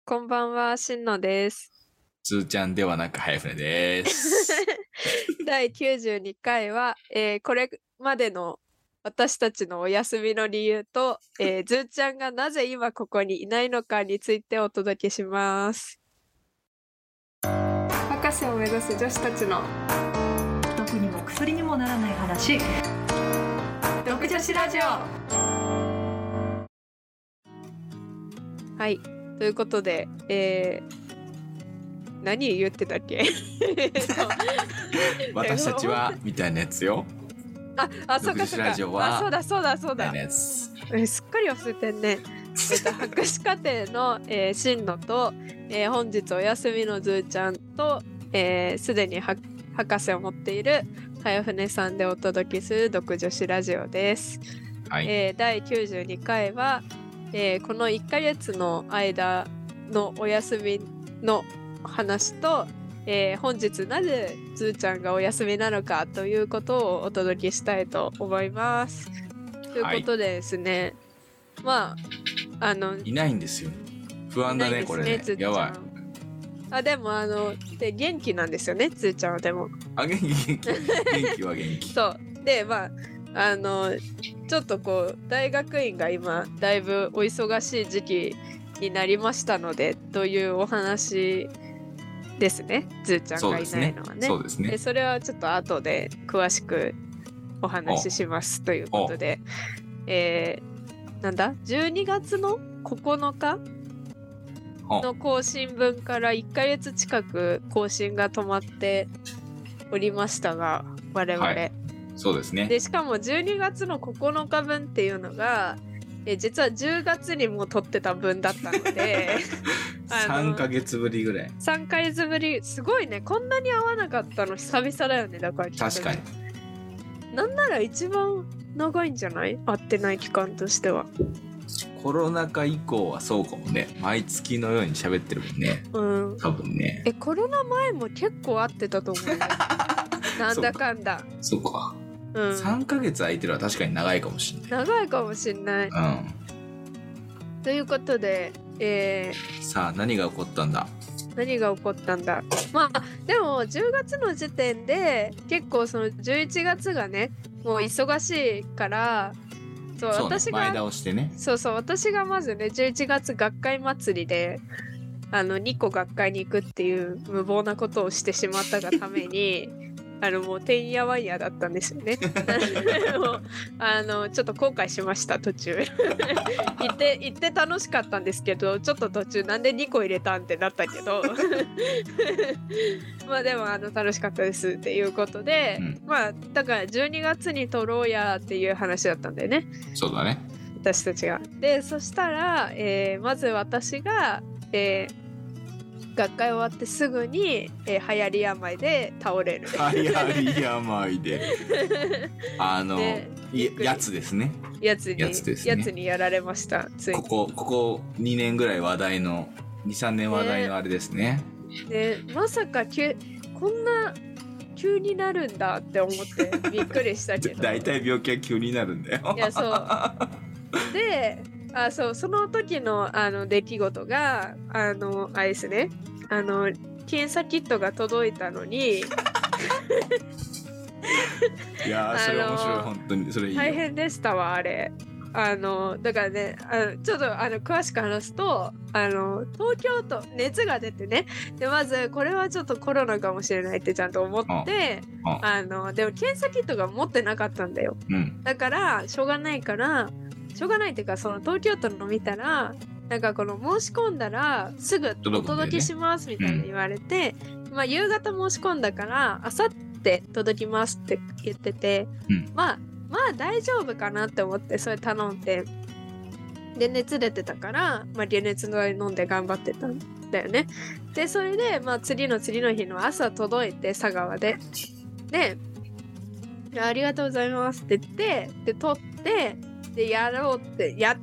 こんばんは、しんのです。 つーちゃんではなく、はやふねです。 第92回は、これまでの私たちのお休みの理由と、ずーちゃんがなぜ今ここにいないのかについてお届けします。博士を目指す女子たちの毒にも薬にもならない話、毒女子ラジオ。 はい、ということで、何言ってたっけ私たちはみたいなやつよ。 そうかそうか。 ラジオはそうだみたいなやつ。 すっかり忘れてんね。博士課程の、しんのと、本日お休みのずーちゃんと、すでに博士を持っているはやふねさんでお届けする毒女子ラジオです。 はい。 第92回は、この1ヶ月の間のお休みの話と、本日なぜずーちゃんがお休みなのかということをお届けしたいと思います。ということでですね、まあいないんですよ。不安だね、これね。やばい。 でもで元気なんですよね、つーちゃんは。でも元気は元気。 そうで、ちょっとこう大学院が今だいぶお忙しい時期になりましたのでというお話ですね。ずーちゃんがいないのはね。 そうですね。 それはちょっと後で詳しくお話ししますということで、なんだ12月の9日の更新分から1ヶ月近く更新が止まっておりましたが、我々、はい、 そうですね。 でしかも12月の9日分っていうのが実は10月にも撮ってた分だったので 3ヶ月ぶりぐらい。 3ヶ月ぶり、すごいね。こんなに会わなかったの久々だよね。だから確かに。 なんなら一番長いんじゃない？会ってない期間としては。 コロナ禍以降はそうかもね。毎月のように喋ってるもんね。多分ね。 コロナ前も結構会ってたと思うよ。なんだかんだ。 そうか。3ヶ月空いてるは確かに長いかもしれない。 長いかもしれない。ということで、 さあ何が起こったんだ。 まあでも10月の時点で結構その11月がねもう忙しいから、そう私が前倒してね。 私がまずね11月学会祭りで2個学会に行くっていう無謀なことをしてしまったがためにもうてんやわんやだったんですよね。もうちょっと後悔しました途中。行って楽しかったんですけど、ちょっと途中なんで2個入れたんってなったけどまあでも楽しかったですっていうことで、まあだから12月に撮ろうやっていう話だったんだよね。 そうだね。 私たちが。でそしたら、まず私が、学会終わってすぐに、流行り病で倒れる。 流行り病でやつですね。 やつにやられました。 ここ2年ぐらい話題の 2,3 年話題のあれですね。 でまさかこんな急になるんだって思ってびっくりしたけど。 大体病気は急になるんだよ。 いやそうでその時の出来事があれですね、検査キットが届いたのにいやそれ面白い。本当にそれいいよ。 大変でしたわあれ。だからねちょっと詳しく話すと東京都熱が出てね、でまずこれはちょっとコロナかもしれないってちゃんと思って、でも検査キットが持ってなかったんだよ、だからしょうがないっていうか、その東京都の見たらなんかこの申し込んだらすぐお届けしますみたいに言われて、まあ夕方申し込んだからあさって届きますって言ってて、まあ大丈夫かなって思ってそれ頼んで、で熱出てたから、まあ、解熱剤飲んで頑張ってたんだよね。でそれで、まあ、次の日の朝届いて佐川でありがとうございますって言ってで取ってでやろうってやって、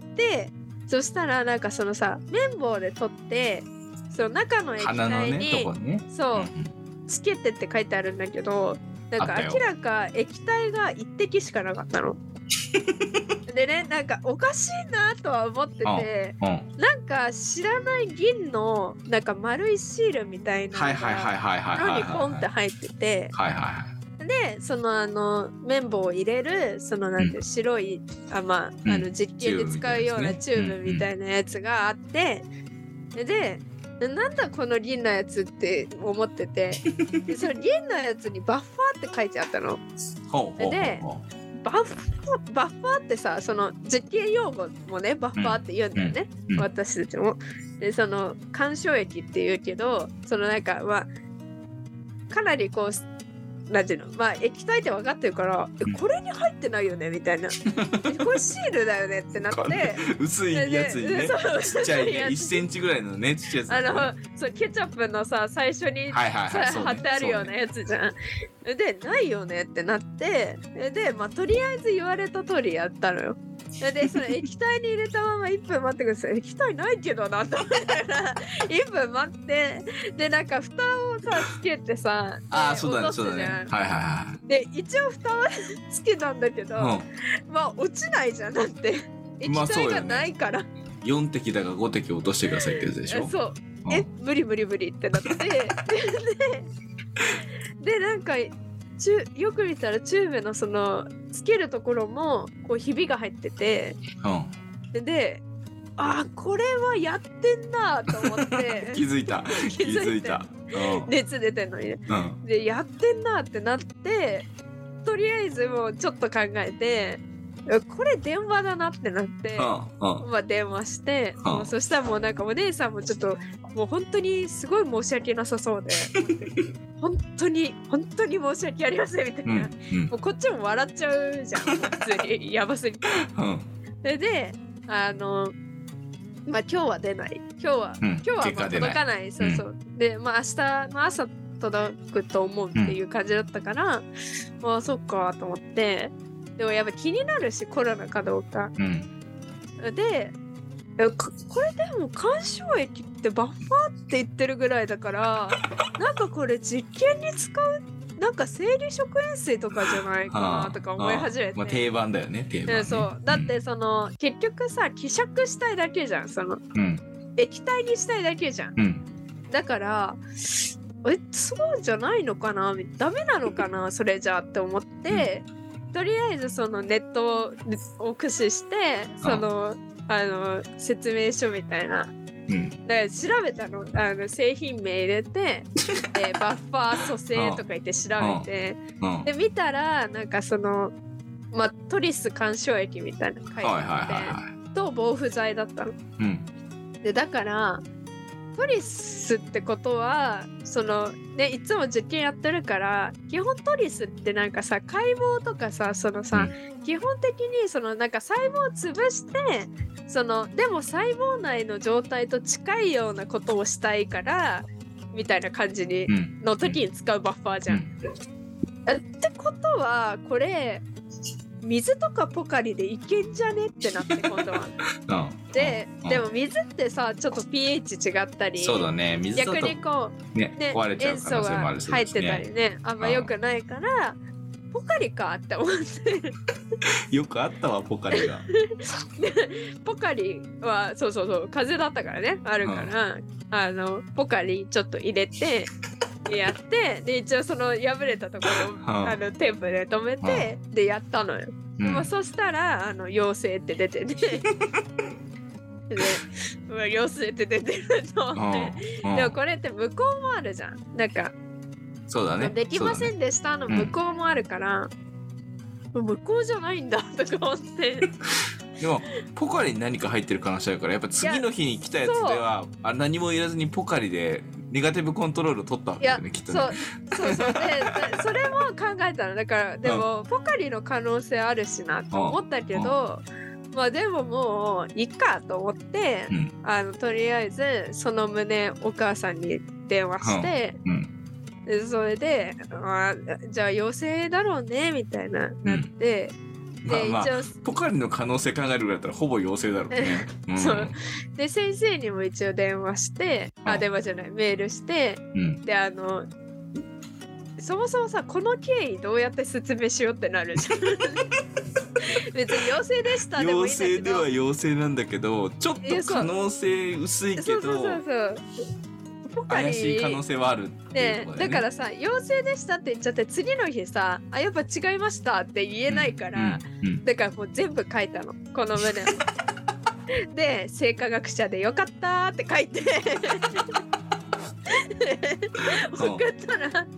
そしたらなんかそのさ綿棒で取ってその中の液体に、そうつけてって書いてあるんだけど、なんか明らか液体が1滴しかなかったの。 でね、なんかおかしいなとは思ってて、なんか知らない銀のなんか丸いシールみたいなのがにポンって入ってて、でその綿棒を入れるそのなんて白い実験で使うようなチューブみたいなやつがあって、でなんだこの銀のやつって思ってて、でその銀のやつにバッファーって書いてあったの。でバッファーってさ、その実験用語もねバッファーって言うんだよね、私たちも。でその干渉液って言うけど、そのなんかかなりこうなんていうの、液体って分かってるから、これに入ってないよねみたいな、これシールだよねってなって薄いやつにね、ちっちゃい1センチぐらいのね、ちっちゃいやつ、 そうケチャップのさ最初に貼ってあるようなやつじゃん。でないよねってなって、でとりあえず言われた通りやったのよ。でその液体に入れたまま1分待ってください。液体ないけどなと思ったら1分待って、でなんか蓋をさつけてさ、 そうだねそうだね、 で一応蓋はつけたんだけど、落ちないじゃん、だって液体がないから、 4滴だか5滴落としてくださいってやつでしょ。 そう、無理ってなってでなんかよく見たらチューブのそのつけるところもこうひびが入ってて、でこれはやってんなと思って気づいた熱出てんのにね、でやってんなってなって、とりあえずもうちょっと考えて、これ電話だなってなって、電話して、そしたらもうなんかお姉さんもちょっともう本当にすごい申し訳なさそうで本当に申し訳ありませんみたいな、もうこっちも笑っちゃうじゃん普通にやばすぎて、で今日は出ない、今日は届かない、そうで明日の朝届くと思うっていう感じだったから、そっかと思って、でもやっぱ気になるし、コロナかどうか、でこれでも干渉液ってバッファーって言ってるぐらいだからなんかこれ実験に使うなんか生理食塩水とかじゃないかなとか思い始めて、 定番だよね、定番、 そうだってその、結局さ希釈したいだけじゃん、その、液体にしたいだけじゃん、だからそうじゃないのかな、ダメなのかなそれじゃって思って、とりあえずそのネットを駆使してその説明書みたいな、だから調べたの、製品名入れてバッファー蘇生とか言って調べて、で見たらなんかそのトリス干渉液みたいなの書いてあって、と防腐剤だったの、でだからトリスってことはそのね、いつも実験やってるから基本トリスってなんかさ解剖とかさ、そのさ、基本的にそのなんか細胞を潰してそのでも細胞内の状態と近いようなことをしたいからみたいな感じに、の時に使うバッファーじゃん、ってことはこれ水とかポカリでいけんじゃねってなって今度はでも水ってさちょっと pH 違ったり、 そうだね、水だと逆にこう、 壊れちゃう可能性もあるし、 入ってたりね、あんま良くないからポカリかって思ってよくあったわポカリがポカリはそう風邪だったからね、あるから、ポカリちょっと入れてやって、で一応その破れたところを、テープで留めて、でやったのよ、そしたら陽性って出ててで陽性って出てると思って、でもこれって向こうもあるじゃん、なんかそうだね、 できませんでしたの向こうもあるから、向こうじゃないんだとか思ってでもポカリに何か入ってる可能性あるから、やっぱ次の日に来たやつでは何も言わずにポカリでネガティブコントロールを取ったわけだよね、きっとね。そうでそれも考えたのだから、でも、ポカリの可能性あるしなと思ったけど、でももういいかと思って、とりあえずその旨お母さんに電話して、でそれでじゃあ陽性だろうねみたいななって、で一応ポカリの可能性考えるぐらいだったらほぼ陽性だろうねそうで先生にも一応電話して、電話じゃないメールして、でそもそもさこの経緯どうやって説明しようってなるじゃん別に陽性でしたでもいいんだけど、 陽性では陽性なんだけど、ちょっと可能性薄いけど、 そうポカリ怪しい可能性はあるっていうことだよね。 だからさ、陽性でしたって言っちゃって次の日さ、やっぱ違いましたって言えないから、だからもう全部書いたの、この胸で生化学者でよかったって書いて送ったらなんか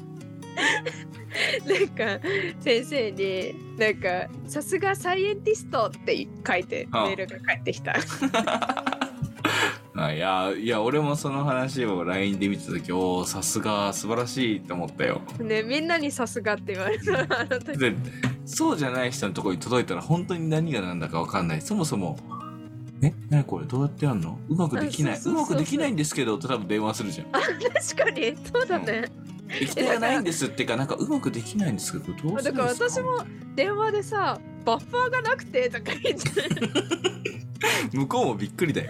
先生になんかさすがサイエンティストって書いてメールが返ってきた。 いや俺もその話を LINE で見た時、おさすが素晴らしいと思ったよ。 ね、みんなにさすがって言われた。 でそうじゃない人のところに届いたら本当に何が何だか分かんない。そもそも何これどうやってやんの、うまくできない、うまくできないんですけどって多分電話するじゃん。 確かにそうだね、 液体がないんですっていうか、なんかうまくできないんですけどどうするんですか。 だから私も電話でさ、バッファーがなくてとか言って向こうもびっくりだよ。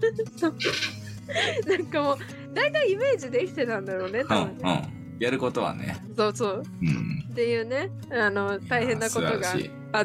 なんかもう大体イメージできてたんだろうね、多分ね。 やることはね。 そう、っていうね、大変なことがあって、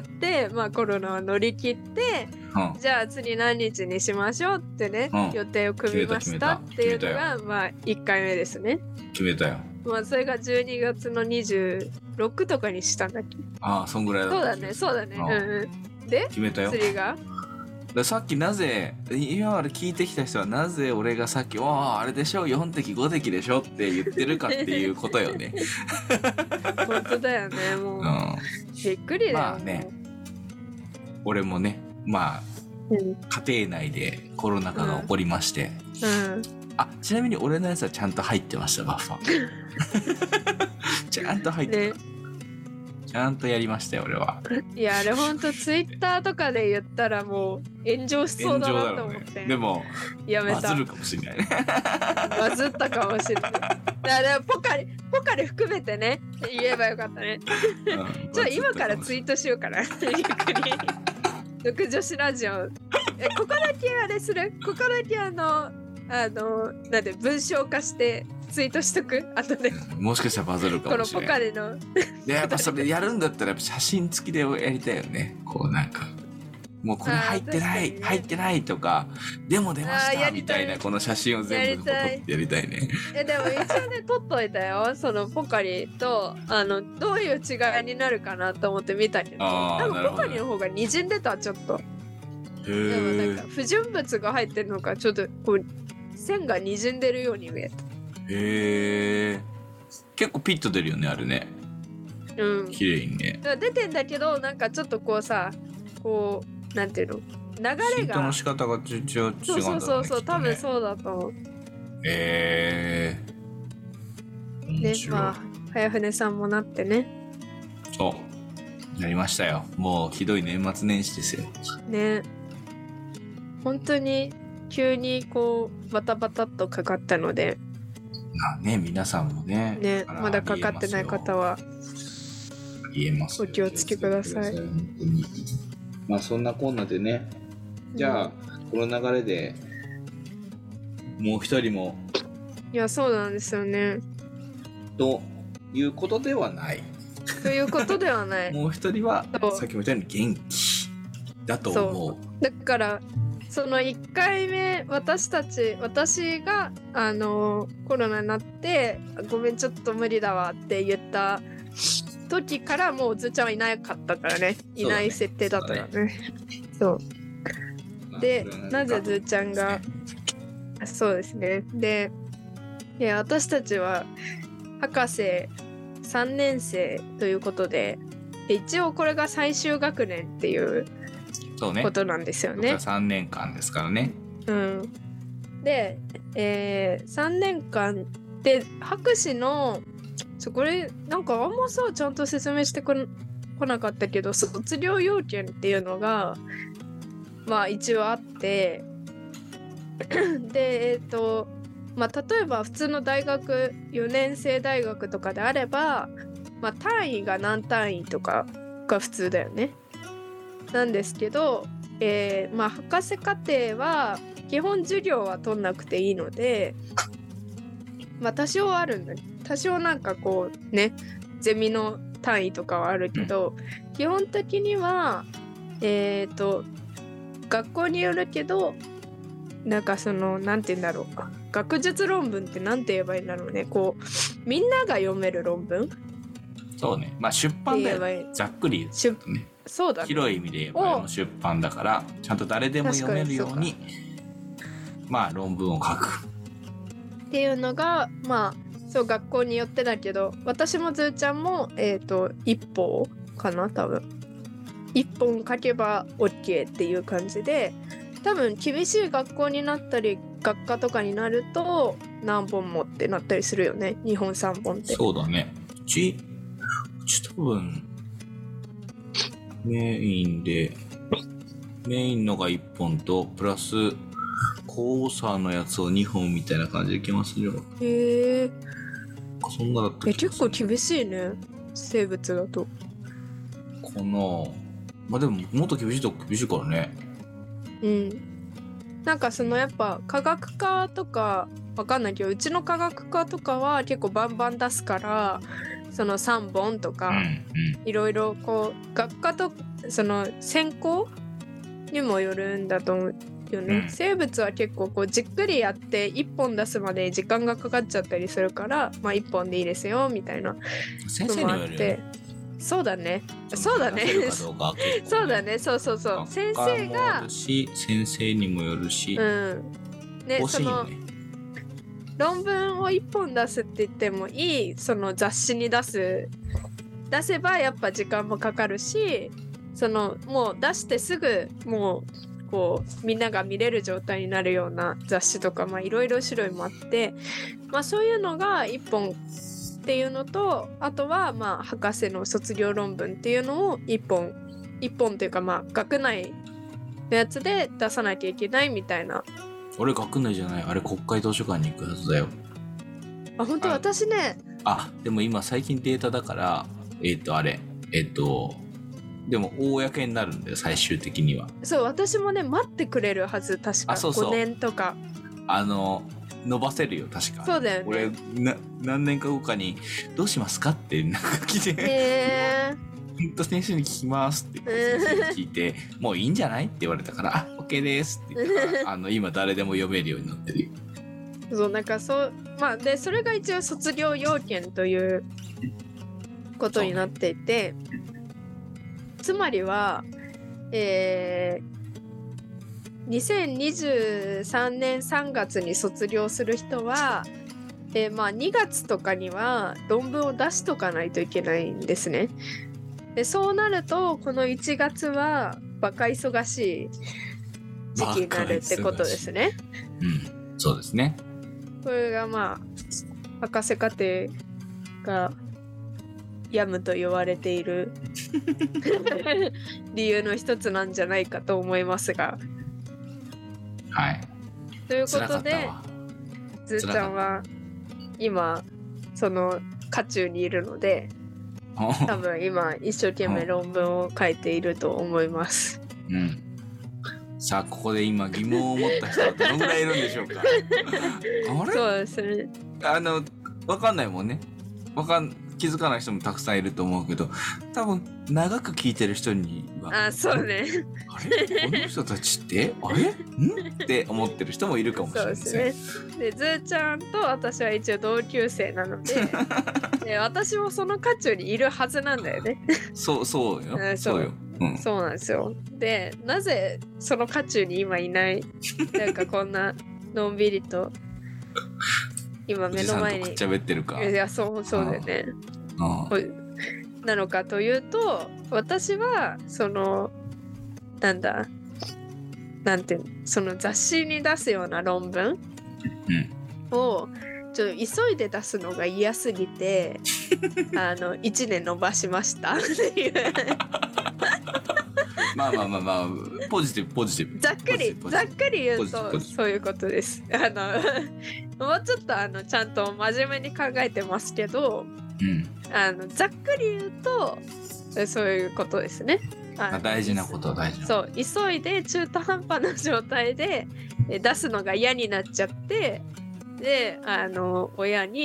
まあコロナを乗り切って、じゃあ次何日にしましょうってね、予定を組みましたっていうのがまあ1回目ですね。 決めたよ。 まあそれが12月の26とかにしたんだっけ。 そんぐらいだった。 そうだね。で決めたよ。 次がさっきなぜ今まで聞いてきた人はなぜ俺がさっきあれでしょ4滴5滴でしょって言ってるかっていうことよね。 本当だよね、もう、びっくりだよ。 まあね、俺もね、まあ、家庭内でコロナ禍が起こりまして、ちなみに俺のやつはちゃんと入ってました、バッファー。ちゃんと入ってた、ちゃんとやりましたよ俺は。 いや、あれほんとツイッターとかで言ったらもう炎上しそうだなと思って、 ね、でもやめた。 バズるかもしれないね。 バズったかもしれない。だからポカリ含めてね、言えばよかったね。じゃあ今からツイートしようかな。逆に毒女子ラジオ、ここだけあれする、ここだけなんで文章化してツイートしとく、後で。 もしかしたらバズるかもしれない。このポカリのでやっぱそれやるんだったらやっぱ写真付きでやりたいよね。こうなんかもうこれ入ってない、入ってないとか、でも出ましたみたいなこの写真を全部撮ってやりたいね。 でも一応ね撮っといたよ、そのポカリとどういう違いになるかなと思って見たけど、多分ポカリの方が滲んでた、ちょっと。でもなんか不純物が入ってるのか、ちょっとこう線が滲んでるように見えた。 結構ピッと出るよね、あれね。綺麗にね。 出てんだけど、なんかちょっとこうさ、こうなんていうの、流れがシートの仕方が違うんだろうね。 そう、多分そうだと思う。 ね、 まあ早船さんもなってね。 そうなりましたよ。もうひどい年末年始ですよね。本当に急にこうバタバタっとかかったので、 皆さんもねまだかかってない方はお気をつけください。 まあそんなこんなでね、じゃあこの流れでもう一人も、 いやそうなんですよね、 ということではないということではないもう一人はさっきも言ったように元気だと思う。 だからその1回目私がコロナになってごめんちょっと無理だわって言った時からもうずーちゃんはいなかったからね、いない設定だったからね。そうで、なぜずーちゃんがそうですね。で私たちは博士3年生ということで、一応これが最終学年っていうことなんですよね。 3年間ですからね。 で、3年間で博士のこれなんかあんまさちゃんと説明してこなかったけど、卒業要件っていうのが一応あってで例えば普通の大学4年生大学とかであれば、単位が何単位とかが普通だよね。なんですけど、博士課程は基本授業は取んなくていいので、多少あるんだ、多少なんかこうねゼミの単位とかはあるけど、基本的には学校によるけど、なんかそのなんて言うんだろう、学術論文ってなんて言えばいいんだろうね、こうみんなが読める論文。 そうね、まあ出版だよ、ざっくり言うとね。 そうだね、 広い意味で言えば出版だからちゃんと誰でも読めるようにまあ論文を書くっていうのが、まあそう学校によってだけど、私もずーちゃんも一本かな、多分一本書けば OK っていう感じで、多分厳しい学校になったり学科とかになると何本もってなったりするよね、2本3本って。 そうだね、うち多分メインのが1本とプラス交差のやつを2本みたいな感じでいきますよ。 へえ。 そんなだったっけ。 結構厳しいね、生物だと。 このまあでももっと厳しいと厳しいからね。 うん。なんかそのやっぱ科学科とかわかんないけど、うちの科学科とかは結構バンバン出すから、その3本とかいろいろこう学科とその専攻にもよるんだと思うよね。生物は結構こうじっくりやって1本出すまで時間がかかっちゃったりするから、まあ1本でいいですよみたいなのもあって。そうだね、そうだねそうだね、そうそうそう、先生が先生にもよるし、 ね、その論文を1本出すって言ってもいいその雑誌に出せばやっぱ時間もかかるし、そのもう出してすぐもうこうみんなが見れる状態になるような雑誌とか、まあいろいろ種類もあって、まあそういうのが1本っていうのと、あとはまあ博士の卒業論文っていうのを1本っていうか、まあ学内のやつで出さなきゃいけないみたいな。 俺学内じゃない、あれ国会図書館に行くはずだよ。 あ、本当？私ね、 でも今最近データだからでも公になるんだよ最終的には。 そう、私もね待ってくれるはず、確かそう 5年とか伸ばせるよ確か。 そうだよね。 俺何年か後かにどうしますかってなんか来て先生に聞きますって聞いてもういいんじゃないって言われたからOK ですって言ったから今誰でも読めるようになってるよ。 そう、なんかそう、まあでそれが一応卒業要件ということになっていて、つまりは2023年3月に卒業する人は、まあ2月とかには論文を出しとかないといけないんですね。でそうなるとこの1月はバカ忙しい時期になるってことですね。 そうですね。 これがまあ博士課程が病むと言われている理由の一つなんじゃないかと思いますが。 はい。 ということで、ずーちゃんは今その渦中にいるので、多分今一生懸命論文を書いていると思います。 さあここで今疑問を持った人はどのぐらいいるんでしょうか。あれ？ そうですね。 分かんないもんね。気づかない人もたくさんいると思うけど、多分長く聞いてる人にはそうね。 あれこの人たちってあれって思ってる人もいるかもしれないですね。 そうですね。でずーちゃんと私は一応同級生なのでで私もその渦中にいるはずなんだよね。そうよ。そうよ。そうなんですよ。でなぜその渦中に今いないなんかこんなのんびりと今目の前に喋ってるか。 いやそうだよね。なのかというと、私はそのなんてその雑誌に出すような論文をちょっと急いで出すのが嫌すぎて1年延ばしましたっていうまあポジティブざっくり言うとそういうことです。もうちょっとちゃんと真面目に考えてますけど、ざっくり言うとそういうことですね。 大事なことは大事なこと。 そう、急いで中途半端な状態で出すのが嫌になっちゃって、で親に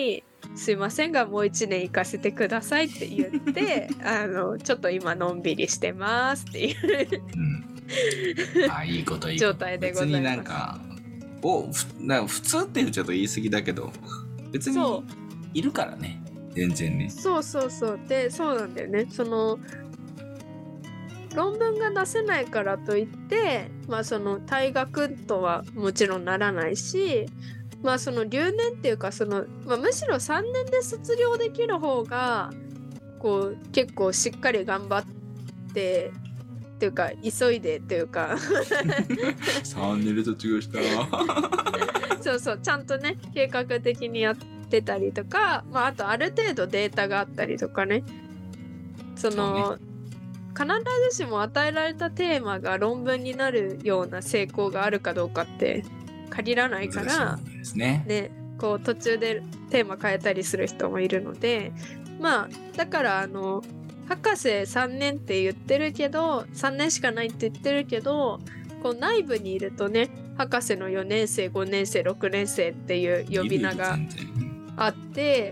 すいませんがもう1年行かせてくださいって言ってちょっと今のんびりしてますっていう、 いいこといい状態でございます。 別になんか普通って言っちゃうと言い過ぎだけど、別にいるからね、全然ね。 そうでそうなんだよね。その論文が出せないからといってその退学とはもちろんならないし、その留年っていうかむしろ3年で卒業できる方がこう結構しっかり頑張ってっていうか急いでっていうか 3年で卒業したそうちゃんとね計画的にやってたりとか、あとある程度データがあったりとかね、必ずしも与えられたテーマが論文になるような成功があるかどうかって限らないから、ね、こう途中でテーマ変えたりする人もいるので、だから博士3年って言ってるけど3年しかないって言ってるけど、こう内部にいるとね博士の4年生5年生6年生っていう呼び名があって、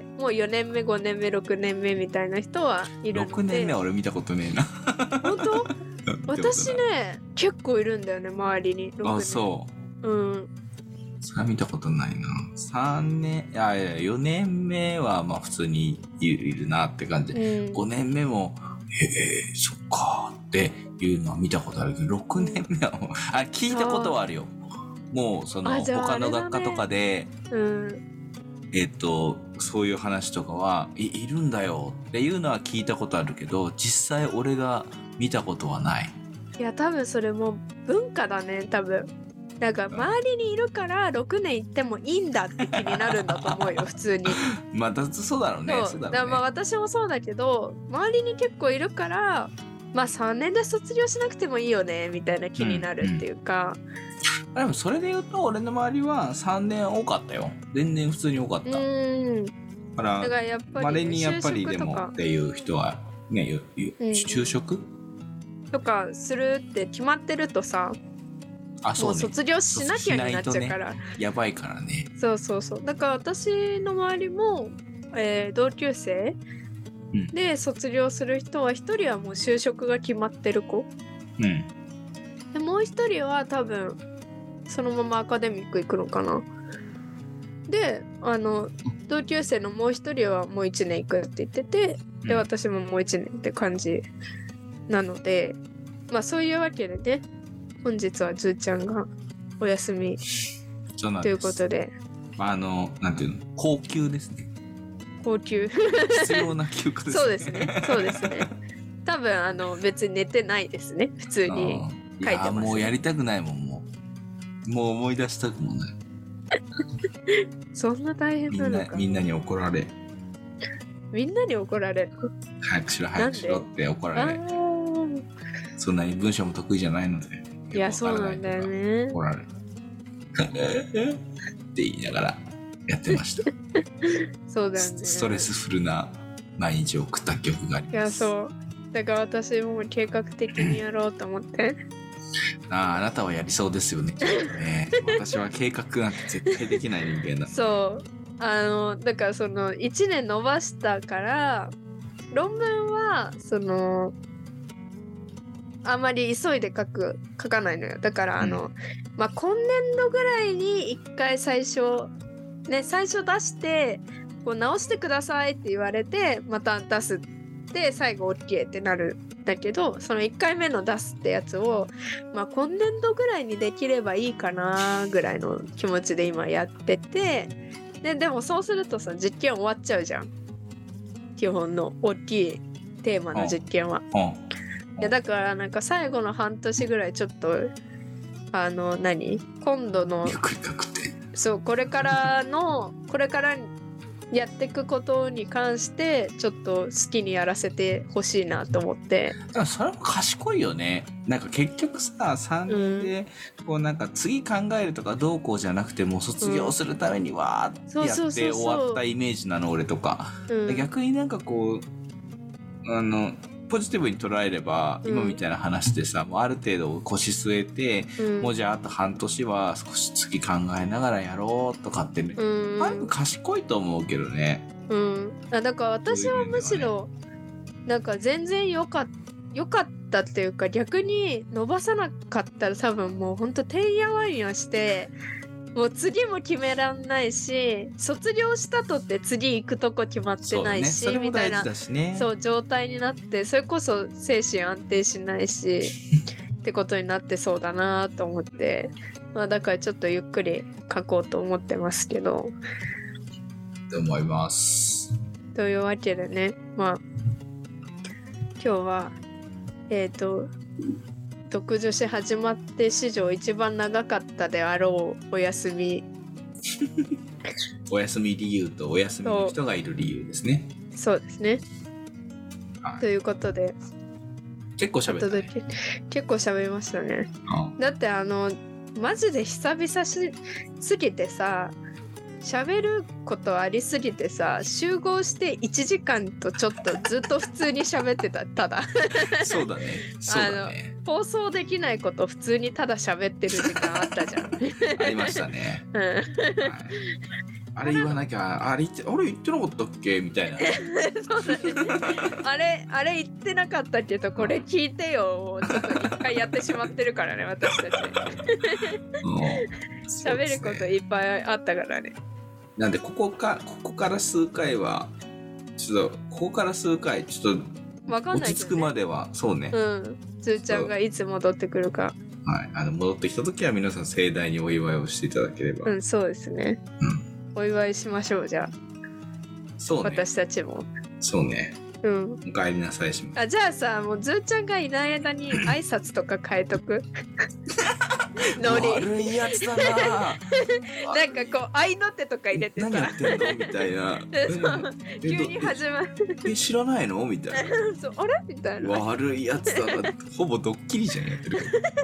もう4年目5年目6年目みたいな人はいるので。 6年目は俺見たことねえな本当私ね結構いるんだよね周りに。 あ、そうそれは見たことないな。3年4年目は普通にいるなって感じ、5年目もそっかっていうのは見たことあるけど、6年目はもう聞いたことはあるよ。もうその他の学科とかで、そういう話とかはいるんだよっていうのは聞いたことあるけど、実際俺が見たことはない。 いや多分それも文化だね。多分なんか周りにいるから6年行ってもいいんだって気になるんだと思うよ普通に。 そうだろうね。 私もそうだけど周りに結構いるから3年で卒業しなくてもいいよねみたいな気になるっていうか、 でもそれで言うと俺の周りは3年多かったよ。全然普通に多かった。だからやっぱり稀にやっぱりでもっていう人はね、就職とかするって決まってるとさ、もう卒業しなきゃになっちゃうから、 やばいからね。 そうだから私の周りも、同級生で卒業する人は一人はもう就職が決まってる子、でもう一人は多分そのままアカデミック行くのかな。で同級生のもう一人はもう1年行くって言ってて、で私ももう1年って感じなので、そういうわけでね本日はずーちゃんがお休みということで、 なんていうの、高級ですね。 高級必要な休暇ですね。 そうですね多分別に寝てないですね。普通に書いてます、 もうやりたくないもん。もう思い出したくもないそんな大変なのか。 みんなに怒られる。早くしろって怒られる。そんなに文章も得意じゃないので。 いやそうなんだよね。 怒られるって言いながらやってましたそうだよね。 ストレスフルな毎日を送った記憶があります。 いやそうだから私も計画的にやろうと思ってあなたはやりそうですよね。私は計画なんて絶対できない人間だ。 そうだからその1年延ばしたから論文はあんまり急いで書かないのよ。だから今年度ぐらいに1回最初出してこう直してくださいって言われてまた出すって最後 OK ってなるんだけど、その1回目の出すってやつを今年度ぐらいにできればいいかなぐらいの気持ちで今やってて、でもそうするとさ実験終わっちゃうじゃん。基本の大きいテーマの実験は。いやだからなんか最後の半年ぐらいちょっと今度のこれからやっていくことに関してちょっと好きにやらせてほしいなと思って。 でもそれも賢いよね。なんか結局さ3年でこうなんか次考えるとかどうこうじゃなくてもう卒業するためにわーってやって終わったイメージなの俺とか、逆になんかこうポジティブに捉えれば、今みたいな話でさ、もうある程度腰据えて、もうじゃああと半年は少し次考えながらやろうとかってね、賢いと思うけどね。 だから私はむしろなんか全然良かったっていうか、逆に伸ばさなかったら多分もうほんとてんやわんやして、もう次も決めらんないし、卒業したとって次行くとこ決まってないし、 そうね、 みたいな、 ね、 そう状態になって、それこそ精神安定しないしってことになってそうだなと思って、まあだからちょっとゆっくり書こうと思ってますけど。 と思います。 というわけでね、まあ今日は読女子始まって史上一番長かったであろうお休みお休み理由とお休みの人がいる理由ですね。 そうですね、ということで結構喋ったね。 結構喋りましたね。だってマジで久々すぎてさ、喋ることありすぎてさ、集合して1時間とちょっとずっと普通に喋ってた。ただそうだね、そうだね。 放送できないこと普通にただ喋ってる時間あったじゃんありましたね、 うん、はい、 あれ言わなきゃ、あれ言ってなかったっけみたいなそうだね、あれ言ってなかったけどこれ聞いてよ、ちょっと一回やってしまってるからね私たち喋ることいっぱいあったからね。 なんでここから数回はちょっとここから数回ちょっとわかんないけど、ね、 落ち着くまではそうね、 ずーちゃんがいつ戻ってくるか、 はい、戻ってきた時は皆さん盛大にお祝いをしていただければ、 そうですね、お祝いしましょう。じゃあそうね、 私たちもそうね、お帰りなさいします。 じゃあさ、もうずーちゃんがいない間に挨拶とか変えとくノリ悪いやつだななんかこう合いの手とか入れてさ、 何やってんのみたいな急に始まる知らないのみたいなそう、あれみたいな、 悪いやつだなほぼドッキリじゃんやってる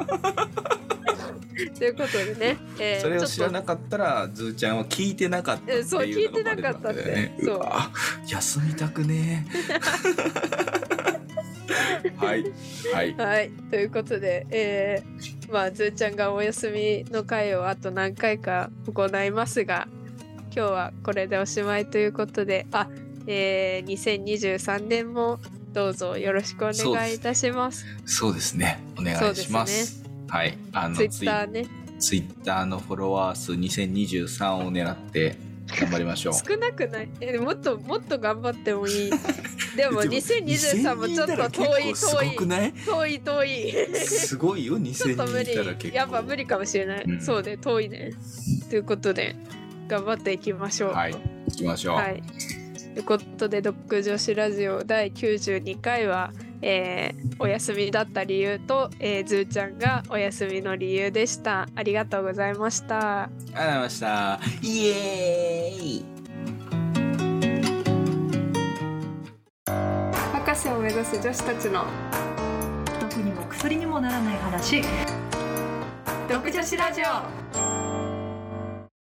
ということでね、 それを知らなかったらずーちゃんは聞いてなかったっていうのがバレるわけだよね。 そう聞いてなかったって、そう休みたくねはいはい、 ということで、まあずーちゃんがお休みの回をあと何回か行いますが、今日はこれでおしまいということで、2023年もどうぞよろしくお願いいたします。 そうですね、お願いします。はい、 ツイッターね、 ツイッターのフォロワー数2023を狙って頑張りましょう。 少なくない？もっと頑張ってもいい。でも2023もちょっと遠いすごくない？ 遠いすごいよ、2000人いたら結構やっぱ無理かもしれない、そうね、遠いね。ということで頑張っていきましょう。 はい、いきましょう。 はい、ということで読女子ラジオ第92回は、お休みだった理由と、ずーちゃんがお休みの理由でした。ありがとうございました。 ありがとうございました。イエーイ。 博士を目指す女子たちの毒にも薬にもならない話、 読女子ラジオ。